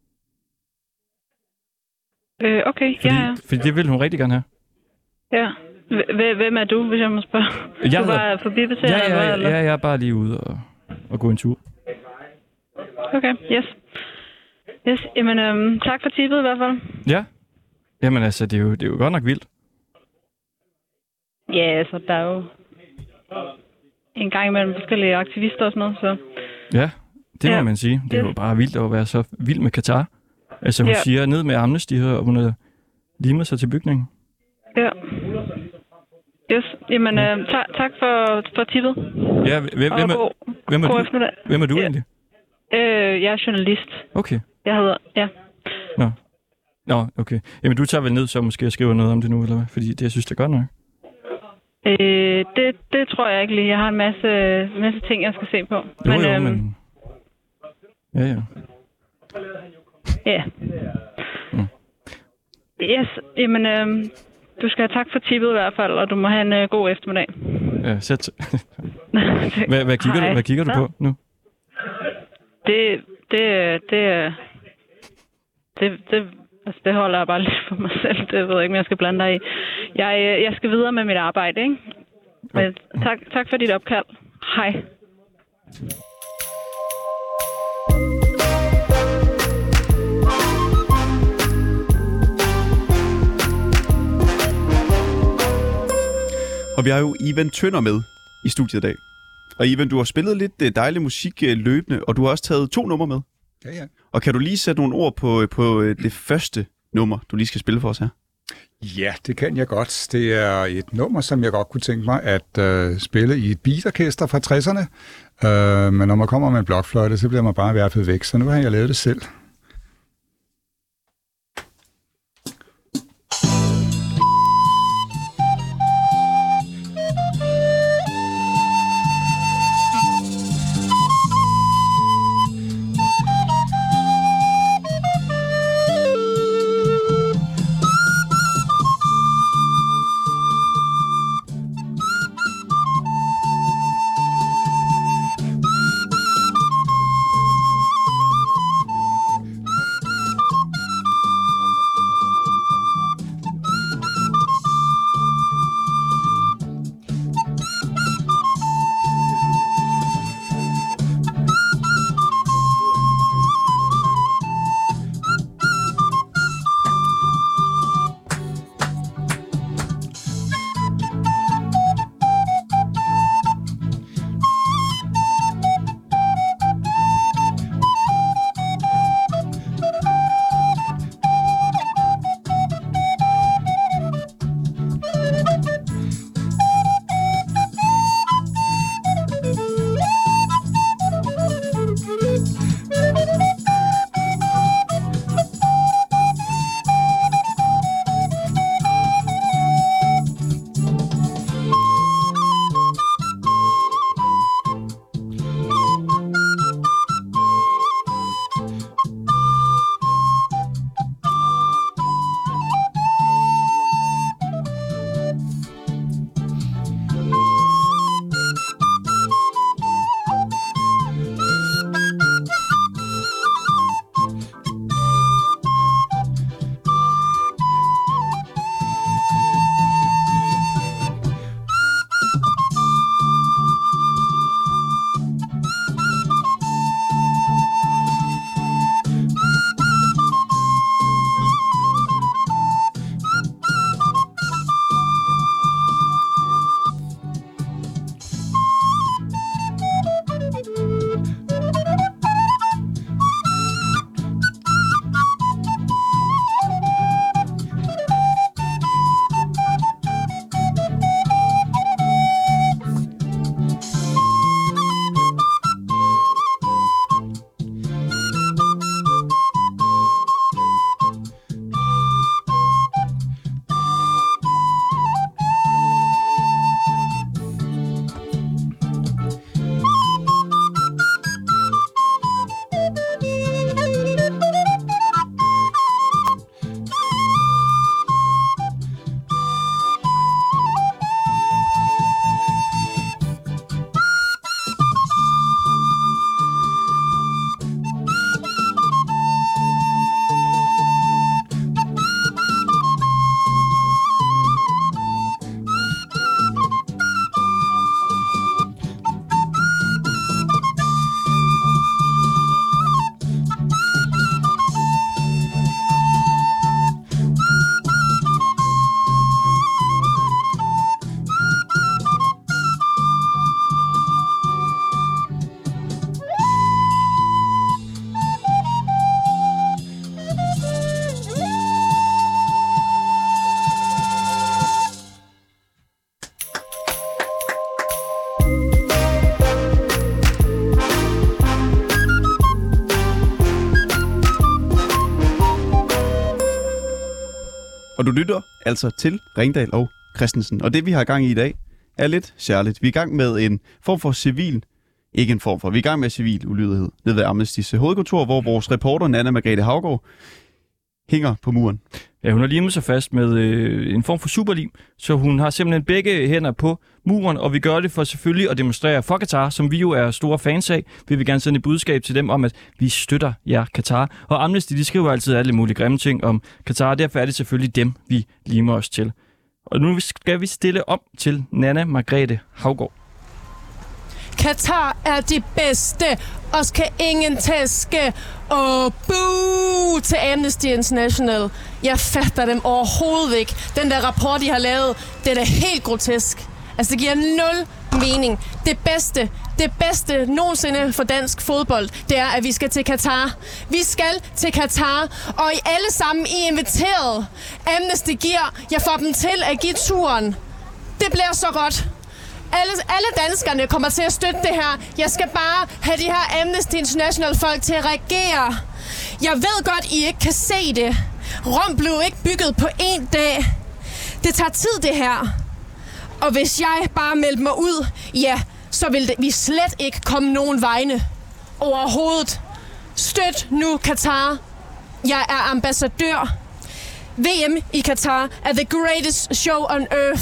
Okay, fordi det ville hun rigtig gerne have. Ja. Hvem er du, hvis jeg må spørge? Jeg du var forbipasserende? Ja, jeg er bare lige ude og gå en tur. Okay, yes. Jamen, tak for tippet i hvert fald. Ja. Jamen altså, det er jo godt nok vildt. Ja, altså, der er jo en gang imellem forskellige aktivister og sådan noget, så... Ja, det må man sige. Det er jo bare vildt at være så vild med Katar. Altså, hun siger ned med Amnesty her, og hun har limet sig til bygningen. Ja. Yes, jamen, tak for tippet. Ja, hvem er du egentlig? Jeg er journalist. Okay. Jeg hedder, Nå, okay. Jamen, du tager vel ned, så måske jeg skriver noget om det nu, eller hvad? Fordi det, jeg synes, det er godt nok. Det tror jeg ikke lige. Jeg har en masse ting, jeg skal se på. Men... Ja. Ja. Yes, jamen, du skal have tak for tippet i hvert fald, og du må have en god eftermiddag. Ja, sæt. Hvad kigger du på nu? Det holder jeg bare lidt for mig selv. Det ved jeg ikke, om jeg skal blande dig i. Jeg skal videre med mit arbejde, ikke? Men tak for dit opkald. Hej. Og vi har jo Ivan Tønder med i studiet i dag. Og Ivan, du har spillet lidt dejlig musik løbende, og du har også taget 2 numre med. Ja. Og kan du lige sætte nogle ord på det første nummer, du lige skal spille for os her? Ja, det kan jeg godt. Det er et nummer, som jeg godt kunne tænke mig at spille i et beatorkester fra 60'erne. Men når man kommer med en blokfløjte, så bliver man bare værfet væk. Så nu har jeg lavet det selv. Og du lytter altså til Ringdal og Christensen. Og det, vi har gang i dag, er lidt særligt. Vi er i gang med en form for civil... Ikke en form for. Vi er i gang med civil ulydighed nede ved Amnestys hovedkontor, hvor vores reporter, Nanna Margrethe Haugaard, hænger på muren. Ja, hun har limet sig fast med en form for superlim, så hun har simpelthen begge hænder på muren, og vi gør det for selvfølgelig at demonstrere for Katar, som vi jo er store fans af. Vi vil gerne sende et budskab til dem om, at vi støtter jer, Katar. Og Amnesty, de skriver altid alle mulige grimme ting om Katar, og derfor er det selvfølgelig dem, vi limer os til. Og nu skal vi stille om til Nanna Margrethe Haugaard. Katar er de bedste. Os kan ingen tæske. Og boo til Amnesty International. Jeg fatter dem overhovedet ikke. Den der rapport, de har lavet, det er da helt grotesk. Altså, det giver nul mening. Det bedste nogensinde for dansk fodbold, det er, at vi skal til Katar. Vi skal til Katar, og I alle sammen I er inviteret. Amnesty jeg får dem til at give turen. Det bliver så godt. Alle danskerne kommer til at støtte det her. Jeg skal bare have de her Amnesty International folk til at reagere. Jeg ved godt, I ikke kan se det. Rom blev ikke bygget på én dag. Det tager tid, det her. Og hvis jeg bare meldte mig ud, ja, så vil vi slet ikke komme nogen vegne. Overhovedet. Støt nu Katar. Jeg er ambassadør. VM i Katar er the greatest show on earth.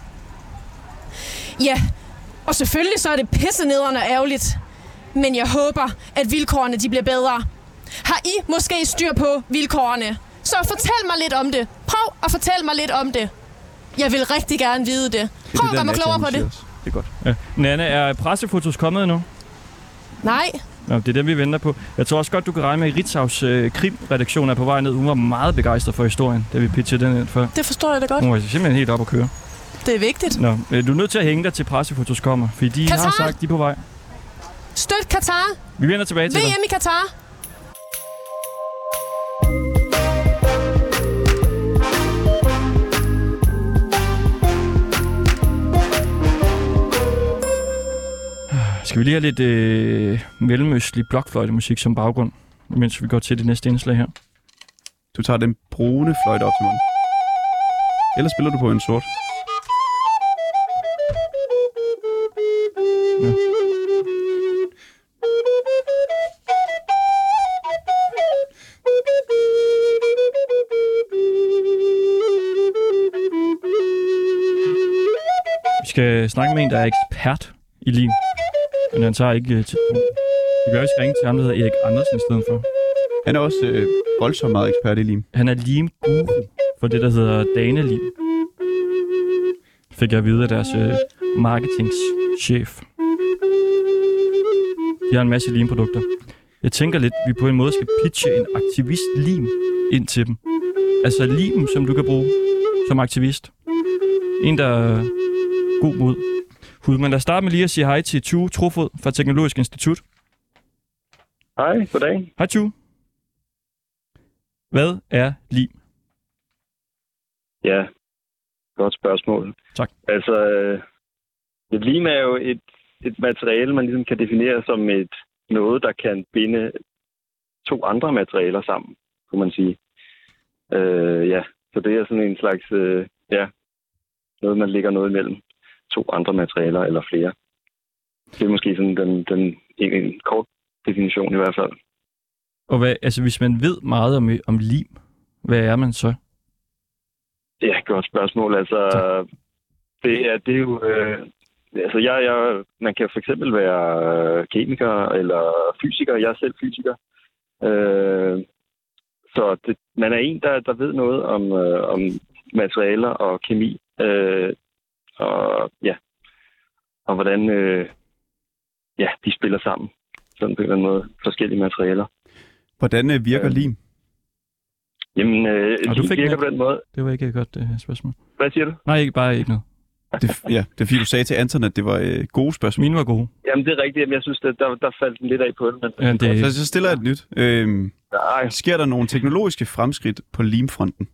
Ja, og selvfølgelig så er det pissenederne og ærgerligt. Men jeg håber, at vilkårene de bliver bedre. Har I måske styr på vilkårene? Så fortæl mig lidt om det. Prøv at fortælle mig lidt om det. Jeg vil rigtig gerne vide det. Prøv at gøre mig klogere på det. Det er godt. Ja. Nanna, er pressefotos kommet nu? Nej. Nå, det er dem, vi venter på. Jeg tror også godt, du kan regne med, at Ritzaus krimredaktion er på vej ned. Hun var meget begejstret for historien, da vi pitchede den ind før. Det forstår jeg da godt. Hun var simpelthen helt op at køre. Det er vigtigt. Nå, du er nødt til at hænge dig til pressefotos kommer, fordi de Katar! har sagt, de er på vej. Støt Katar. Vi vender tilbage til VM dig. i Katar. Skal vi lige have lidt mellemøstlig blokfløjtemusik som baggrund, mens vi går til det næste indslag her? Du tager den brune fløjte op til munden. Eller spiller du på en sort? Ja. Vi skal snakke med en, der er ekspert i lim. Men han tager ikke telefon. Vi kan også ringe til ham, der hedder Erik Andersen i stedet for. Han er også voldsomt meget ekspert i lim. Han er limguru for det, der hedder Danelim. Fik jeg at vide af deres marketingchef. De har en masse limprodukter. Jeg tænker lidt, vi på en måde skal pitche en aktivist-lim ind til dem. Altså lim, som du kan bruge som aktivist. En, der er god mod hud. Men lad os starte med lige at sige hej til Tue Trofod fra Teknologisk Institut. Hej, goddag. Hej Tue. Hvad er lim? Ja, godt spørgsmål. Tak. Altså, et lim er jo et materiale, man ligesom kan definere som noget, der kan binde to andre materialer sammen, kunne man sige. Ja, så det er sådan en slags, noget, man lægger noget imellem to andre materialer eller flere. Det er måske sådan en kort definition i hvert fald. Og hvis man ved meget om lim, hvad er man så? Det er et godt spørgsmål. Altså, det er jo... man kan for eksempel være kemiker eller fysiker. Jeg er selv fysiker. Så man er en, der ved noget om materialer og kemi. Og hvordan de spiller sammen. Sådan på en eller anden måde. Forskellige materialer. Hvordan virker lim? Jamen, lim virker på den måde. Det var ikke et godt spørgsmål. Hvad siger du? Nej, bare ikke noget. Det er fordi, du sagde til Anton, at det var gode spørgsmål. Mine var gode. Jamen, det er rigtigt. Jeg synes, der faldt lidt af på det. Men Så stiller jeg et nyt. Sker der nogle teknologiske fremskridt på limfronten?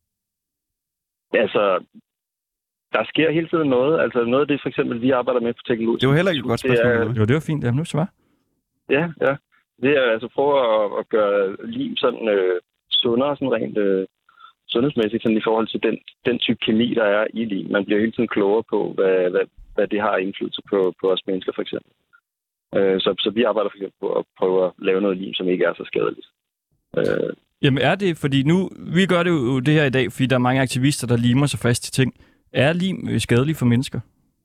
Altså, der sker hele tiden noget. Altså, noget af det, for eksempel, vi arbejder med på teknologi. Det var heller ikke et godt spørgsmål. Det var fint. Jamen, nu svar. Ja. Det er altså prøve at gøre lim sådan sundere, sådan rent sundhedsmæssigt, sådan i forhold til den type kemi, der er i lim. Man bliver hele tiden klogere på, hvad det har indflydelse på os mennesker, for eksempel. Så vi arbejder for eksempel på at prøve at lave noget lim, som ikke er så skadeligt. Jamen er det, fordi nu, vi gør det jo det her i dag, fordi der er mange aktivister, der limer sig fast til ting. Er lim skadeligt for mennesker?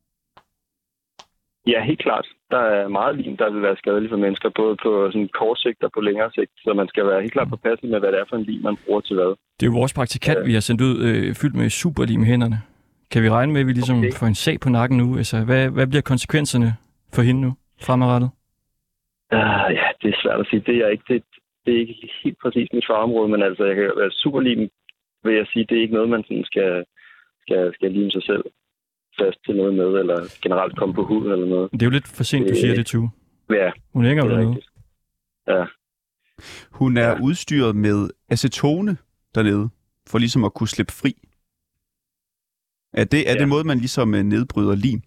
Ja, helt klart. Der er meget lim, der vil være skadeligt for mennesker, både på sådan kort sigt og på længere sigt. Så man skal være helt klart påpasselig med, hvad det er for en lim, man bruger til hvad. Det er jo vores praktikant, vi har sendt ud fyldt med superlim i hænderne. Kan vi regne med, at vi ligesom får en sag på nakken nu? Altså, hvad bliver konsekvenserne for hende nu, fremadrettet? Ja, det er svært at sige. Det er ikke helt præcis mit fagområde, men altså, jeg kan være superlim, vil jeg sige, det er ikke noget, man sådan skal lime sig selv fast til noget med, eller generelt komme på huden eller noget. Det er jo lidt for sent, du siger det, Tue. Ja. Hun hænger jo dernede. Ja. Hun er udstyret med acetone dernede, for ligesom at kunne slippe fri. Er det en måde, man ligesom nedbryder lim?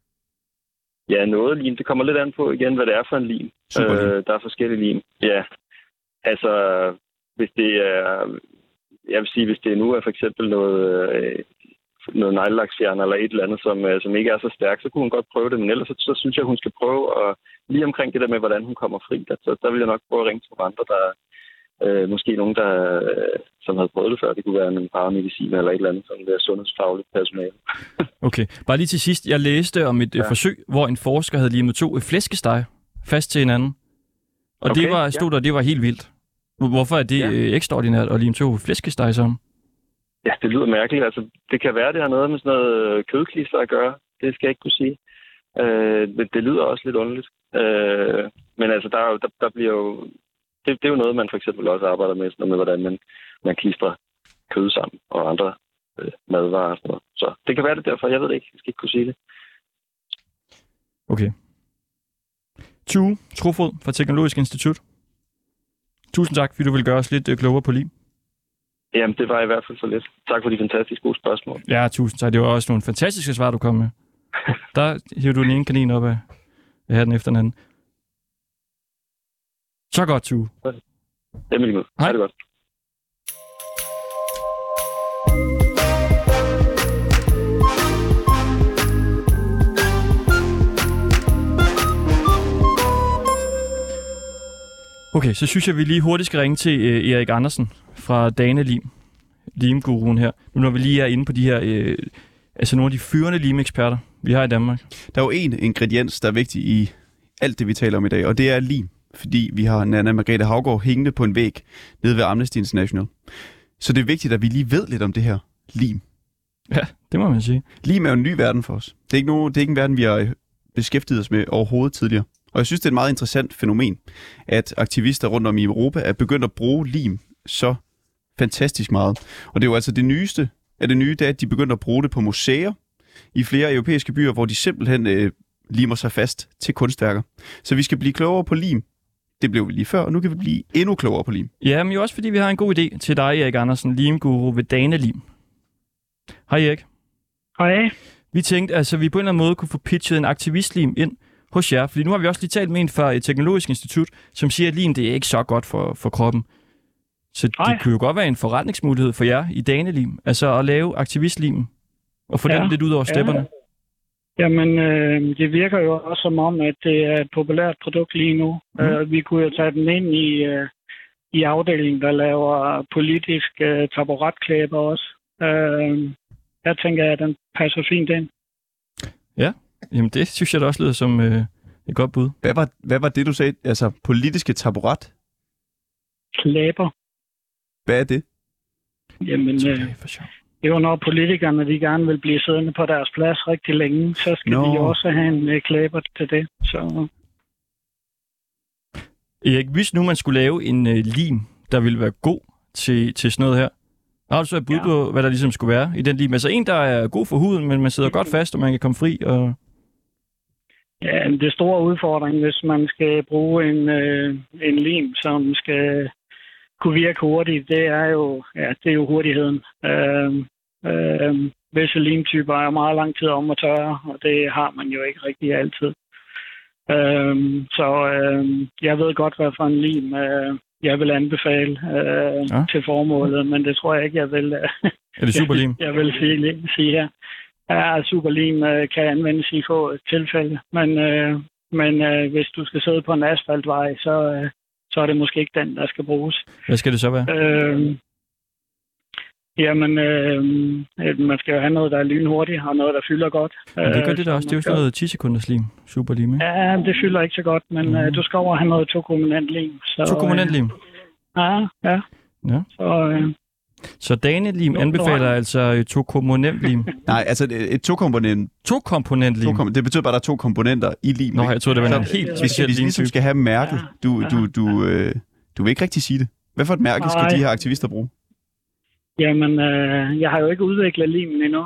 Ja, noget lim. Det kommer lidt an på igen, hvad det er for en lim. Der er forskellige lim. Ja. Altså, hvis det er... Jeg vil sige, hvis det nu er for eksempel noget neglelaksfjerner eller et eller andet, som ikke er så stærkt, så kunne hun godt prøve det. Men ellers så synes jeg, hun skal prøve at... Lige omkring det der med, hvordan hun kommer fri. Der vil jeg nok prøve at ringe til andre, der måske nogen, som havde prøvet det før. Det kunne være en paramedicin eller et eller andet, som det er sundhedsfagligt personale. Okay. Bare lige til sidst. Jeg læste om et forsøg, hvor en forsker havde limet 2 flæskesteg fast til hinanden. Og det var helt vildt. Hvorfor er det ekstraordinært at lime 2 flæskesteg sammen? Ja, det lyder mærkeligt. Altså, det kan være, det har noget med sådan noget kødklister at gøre. Det skal jeg ikke kunne sige. Det lyder også lidt underligt. Men altså, der bliver jo... Det er jo noget, man for eksempel også arbejder med, sådan med hvordan man klistrer kød sammen og andre madvarer og sådan noget. Så det kan være det derfor. Jeg ved det ikke. Jeg skal ikke kunne sige det. Okay. Tue Trofod fra Teknologisk Institut. Tusind tak, fordi du vil gøre os lidt klogere på lim. Jamen, det var i hvert fald så lidt. Tak for de fantastisk gode spørgsmål. Ja, tusind tak. Det var også nogle fantastiske svar, du kom med. Der hiver du den ene kanin op af hatten efter den anden. Så godt, Tue. Jamen lige med. Hej. Det godt. Okay, så synes jeg, vi lige hurtigt skal ringe til Erik Andersen fra Dane Lim, limguruen her. Nu når vi lige er inde på de her, nogle af de førende limeksperter, vi har i Danmark. Der er jo en ingrediens, der er vigtig i alt det, vi taler om i dag, og det er lim. Fordi vi har Nanna Margrethe Haugaard hængende på en væg nede ved Amnesty International. Så det er vigtigt, at vi lige ved lidt om det her lim. Ja, det må man sige. Lim er jo en ny verden for os. Det er ikke en verden, vi har beskæftiget os med overhovedet tidligere. Og jeg synes, det er et meget interessant fænomen, at aktivister rundt om i Europa er begyndt at bruge lim så fantastisk meget. Og det er jo altså det nye, det er, at de begynder at bruge det på museer i flere europæiske byer, hvor de simpelthen limer sig fast til kunstværker. Så vi skal blive klogere på lim. Det blev vi lige før, og nu kan vi blive endnu klogere på lim. Ja, men jo også fordi vi har en god idé til dig, Erik Andersen, limguru ved Dane Lim. Hej Erik. Hej. Vi tænkte, altså vi på en eller anden måde kunne få pitchet en aktivistlim ind hos jer, fordi nu har vi også lige talt med en fra et teknologisk institut, som siger, at lim det er ikke så godt for kroppen. Så det kunne jo godt være en forretningsmulighed for jer i Dane Lim, altså at lave aktivistlim og få den lidt ud over stepperne. Jamen, det virker jo også som om, at det er et populært produkt lige nu. Vi kunne jo tage den ind i afdelingen, der laver politisk taburetklæber også. Jeg tænker, at den passer fint ind. Ja, jamen det synes jeg da også lyder som et godt bud. Hvad var det, du sagde? Altså politiske taburet? Klæber. Hvad er det? Jamen, det er jo når politikerne de gerne vil blive siddende på deres plads rigtig længe, så skal de jo også have en klæber til det. Så. Erik, hvis nu man skulle lave en lim, der ville være god til sådan noget her, har du så et bud på, hvad der ligesom skulle være i den lim? Altså en, der er god for huden, men man sidder godt fast, og man kan komme fri. Og... Ja, det store udfordring, hvis man skal bruge en lim, som skal kunne virke hurtigt, det er jo hurtigheden. Visse limtyper er meget lang tid om at tørre, og det har man jo ikke rigtig altid. Så jeg ved godt, hvad for en lim jeg vil anbefale til formålet, men det tror jeg ikke, jeg vil... Er det superlim? Jeg vil sige her. Ja, superlim kan anvendes i få tilfælde, men hvis du skal sidde på en asfaltvej, så er det måske ikke den, der skal bruges. Hvad skal det så være? Man skal jo have noget, der er lynhurtigt, og noget, der fylder godt. Men det gør det der også. Det er jo sådan noget 10 sekunders lim. Superlim, ikke? Ja, det fylder ikke så godt, men du skal over have noget 2-komponent lim. 2-komponent lim? Ja. Så Danelim anbefaler altså 2-komponent lim? Nej, altså et 2-komponent... 2-komponent lim? Det betyder bare, at der er 2 komponenter i lim. Nå, jeg troede, det var en helt speciel lim. Hvis ligesom skal have mærket, du vil ikke rigtig sige det. Hvad for et mærke skal de her aktivister bruge? Jamen, jeg har jo ikke udviklet limen endnu,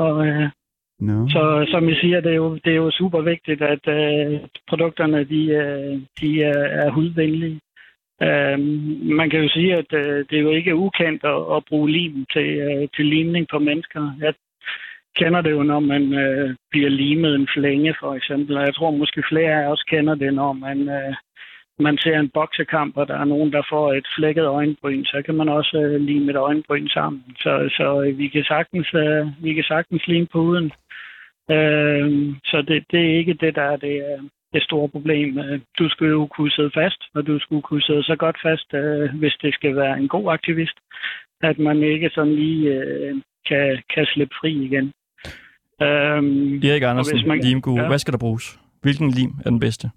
så som I siger, det er jo super vigtigt, at produkterne de er hudvenlige. Man kan jo sige, at det er jo ikke ukendt at bruge lim til limning på mennesker. Jeg kender det jo, når man bliver limet en flænge, for eksempel. Og jeg tror måske flere af os kender det, når man ser en boksekamp, og der er nogen, der får et flækket øjenbryn, så kan man også lime et øjenbryn sammen. Så vi kan sagtens lime på huden. Så det er ikke det, der er det store problem. Du skal jo kunne sidde fast, og du skulle kunne sidde så godt fast, hvis det skal være en god aktivist, at man ikke sådan lige kan slippe fri igen. Erik Andersen, limguru. Hvad skal der bruges? Hvilken lim er den bedste?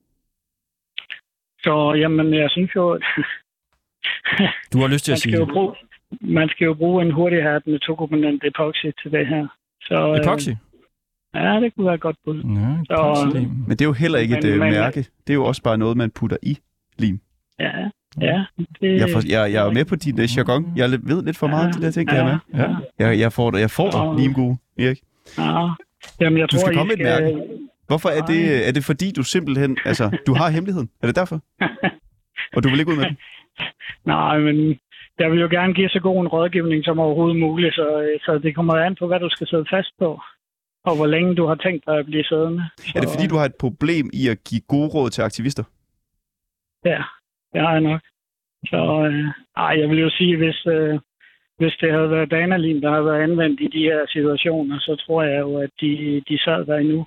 Så jamen, jeg synes jo... Du har lyst til at sige det. Man skal jo bruge en hurtighærdende 2-komponent epoxy til det her. Så, epoxy? Ja, det kunne være et godt bud. Men det er jo heller ikke et mærke. Det er jo også bare noget, man putter i lim. Ja. Jeg er med på din jargon. Jeg ved lidt for meget om de der ting, jeg er med. Jeg får limguru, Erik. Jamen, jeg du skal komme med et mærke. Hvorfor er det? Er det fordi, du simpelthen... Altså, du har hemmeligheden? Er det derfor? Og du vil ikke ud med den? Nej, men jeg vil jo gerne give så god en rådgivning som overhovedet muligt, så det kommer an på, hvad du skal sidde fast på, og hvor længe du har tænkt dig at blive siddende. Er det fordi, du har et problem i at give gode råd til aktivister? Ja, det har jeg nok. Så jeg vil jo sige, hvis det havde været Danelim, der havde været anvendt i de her situationer, så tror jeg jo, at de sad der endnu.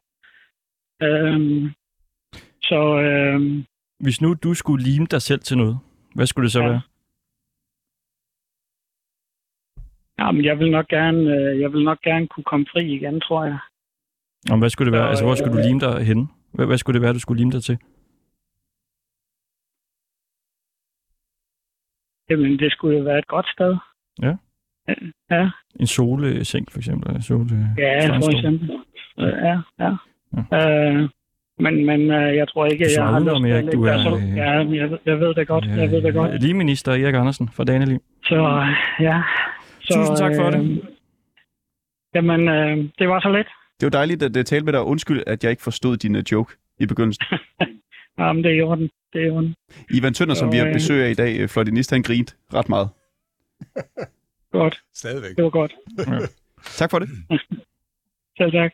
Hvis nu du skulle lime dig selv til noget, hvad skulle det så være? Jamen, jeg vil nok gerne kunne komme fri igen, tror jeg. Og hvad skulle det være? Altså, hvor skulle du lime dig henne? Hvad skulle det være, du skulle lime dig til? Jamen, det skulle jo være et godt sted. Ja? Ja. En solseng, for eksempel? Ja, for eksempel. Ja. Men jeg tror ikke, jeg har lyst til at lægge der. Ja, jeg ved det godt. Ligeminister Erik Andersen fra Danelim. Så ja. Tusind tak for det. Jamen, det var så let. Det var dejligt at tale med dig. Undskyld, at jeg ikke forstod din joke i begyndelsen. Jamen, det er i orden. Ivan Tønder, som vi har besøg af i dag, fløjtenist, han grinte ret meget. Godt. Stadigvæk. Det var godt. Ja. Tak for det. Selv tak.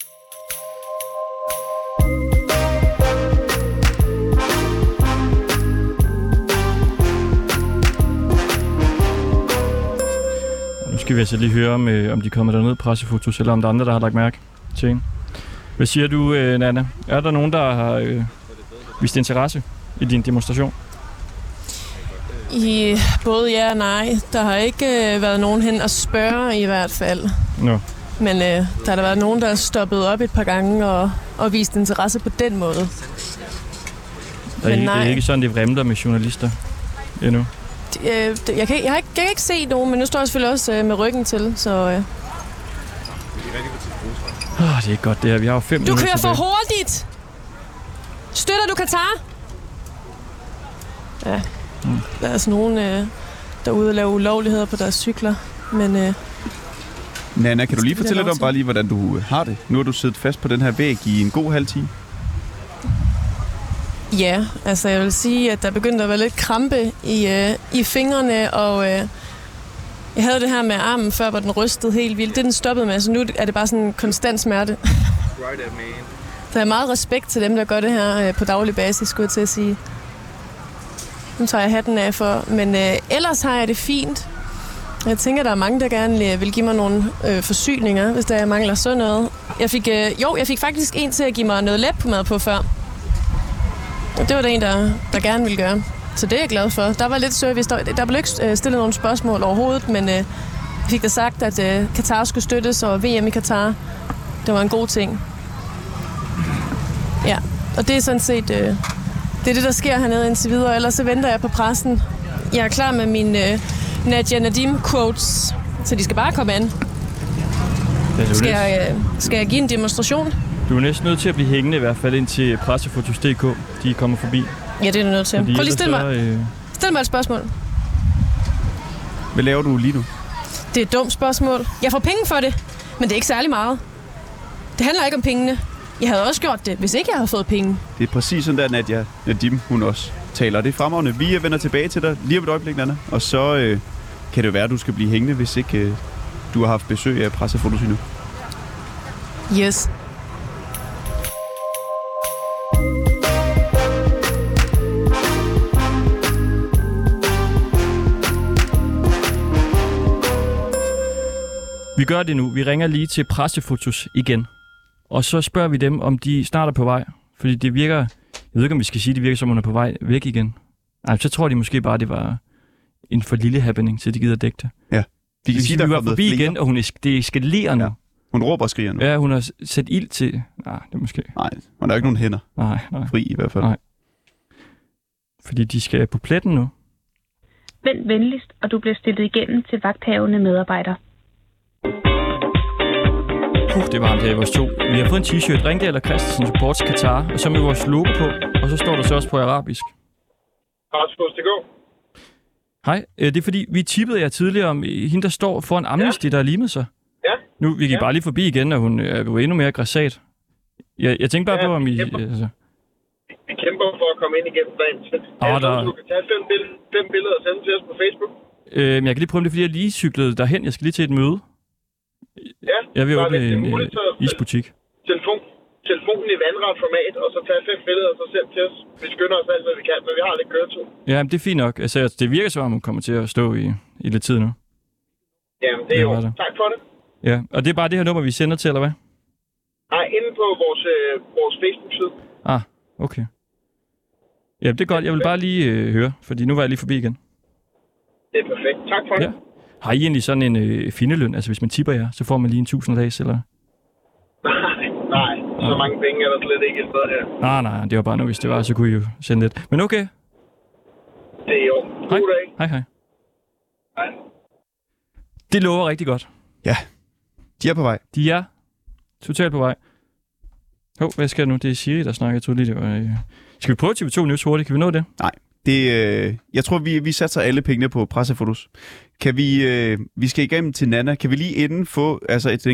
Nu skal vi altså lige høre, om de kommer derned pressefotos, eller om der er andre, der har lagt mærke til en. Hvad siger du, Nana? Er der nogen, der har vist interesse i din demonstration? Både ja og nej. Der har ikke været nogen hen at spørge i hvert fald. No. Men der har der været nogen, der har stoppet op et par gange og vist interesse på den måde. Det er ikke sådan, det vrimler med journalister endnu? Jeg kan ikke se nogen, men nu står jeg selvfølgelig også med ryggen til, så... det er godt det her. Vi har jo 5 minutter. Du kører for hurtigt! Støtter du Katar? Ja. Der er altså nogen, der er ude og lave ulovligheder på deres cykler, men... Nana, kan du lige fortælle lidt om bare lige, hvordan du har det? Nu har du siddet fast på den her væg i en god halv time. Ja, altså jeg vil sige, at der begyndte at være lidt krampe i fingrene, og jeg havde det her med armen før, hvor den rystede helt vildt. Det den stoppede med, så nu er det bare sådan en konstant smerte. Der er meget respekt til dem, der gør det her på daglig basis, skulle jeg til at sige. Dem tager jeg hatten af for. Men ellers har jeg det fint. Jeg tænker, der er mange, der gerne vil give mig nogle forsyninger, hvis der mangler sådan noget. Jeg fik faktisk en til at give mig noget læbpomade på før. Og det var der en, der gerne ville gøre. Så det er jeg glad for. Der var lidt service. Der blev ikke stillet nogle spørgsmål overhovedet, men jeg fik da sagt, at Katar skulle støttes, og VM i Katar, det var en god ting. Ja, og det er sådan set det, der sker hernede indtil videre. Ellers så venter jeg på pressen. Jeg er klar med mine Nadia Nadim-quotes, så de skal bare komme an. Skal jeg give en demonstration? Du er næsten nødt til at blive hængende i hvert fald indtil pressefotos.dk, de kommer forbi. Ja, det er du nødt til. Prøv lige stil mig et spørgsmål. Hvad laver du lige nu? Det er et dumt spørgsmål. Jeg får penge for det, men det er ikke særlig meget. Det handler ikke om pengene. Jeg havde også gjort det, hvis ikke jeg havde fået penge. Det er præcis sådan der, Nadia Nadim, hun også taler. Det er fremragende. Vi vender tilbage til dig lige om et øjeblik, Nana. Og så kan det være, at du skal blive hængende, hvis ikke du har haft besøg af pressefotos endnu. Yes. Vi gør det nu. Vi ringer lige til pressefotos igen. Og så spørger vi dem, om de snart er på vej. Fordi det virker... Jeg ved ikke, om vi skal sige, det virker, som hun er på vej væk igen. Ej, så tror de måske bare, det var en for lille happening, så de gider dække det. Ja. Vi kan sige, at vi var forbi igen, og det eskalerer nu. Ja. Hun råber og skriger nu. Ja, hun har sat ild til... Nej, det er måske... Nej, hun har ikke nogen hænder. Nej. Fri i hvert fald. Nej. Fordi de skal på pletten nu. Vent venligst, og du bliver stillet igennem til vagthavende medarbejder. Det var ham her i vores to. Vi har fået en t-shirt, Ringdal eller Christensen Supports Qatar, og så med vores logo på, og så står der så også på arabisk. Hej, det er fordi, vi tippede jer tidligere om hende, der står foran Amnesty, der har limet sig. Ja. Nu, vi gik bare lige forbi igen, og hun er jo endnu mere grassat. Jeg tænkte bare på, om I... Altså... Vi kæmper for at komme ind igennem dagen. Du kan tage 5 billeder og sende til os på Facebook. Jeg kan lige prøve det, fordi jeg lige cyklede derhen. Jeg skal lige til et møde. Ja, jeg vil åbne en isbutik. Telefonen i vandret format, og så tage 5 billeder og så sende til os. Vi skynder os alt, hvad vi kan, men vi har lidt køretid. Ja, det er fint nok. Altså, det virker som om, hun kommer til at stå i lidt tid nu. Jamen, det er jo. Tak for det. Ja, og det er bare det her nummer, vi sender til, eller hvad? Nej, inde på vores Facebook-side. Ah, okay. Ja, det er godt. Jeg vil bare lige høre, fordi nu var jeg lige forbi igen. Det er perfekt. Tak for det. Ja. Har I egentlig sådan en findeløn? Altså, hvis man tipper jer, så får man lige 1.000 dags, eller? Nej. Så mange penge er der slet ikke et sted her. Nej. Det var bare nu, hvis det var, så kunne I jo sende lidt. Men okay. Det er jo. God dag. Hej. Det lover rigtig godt. Ja. De er på vej. De er totalt på vej. Hvad skal nu? Det er Siri, der snakker. Jeg tror lige, det var... Skal vi prøve TV2 News hurtigt? Kan vi nå det? Nej. Jeg tror, vi satser alle pengene på pressefotos. Kan vi skal igennem til Nana. Kan vi lige inden få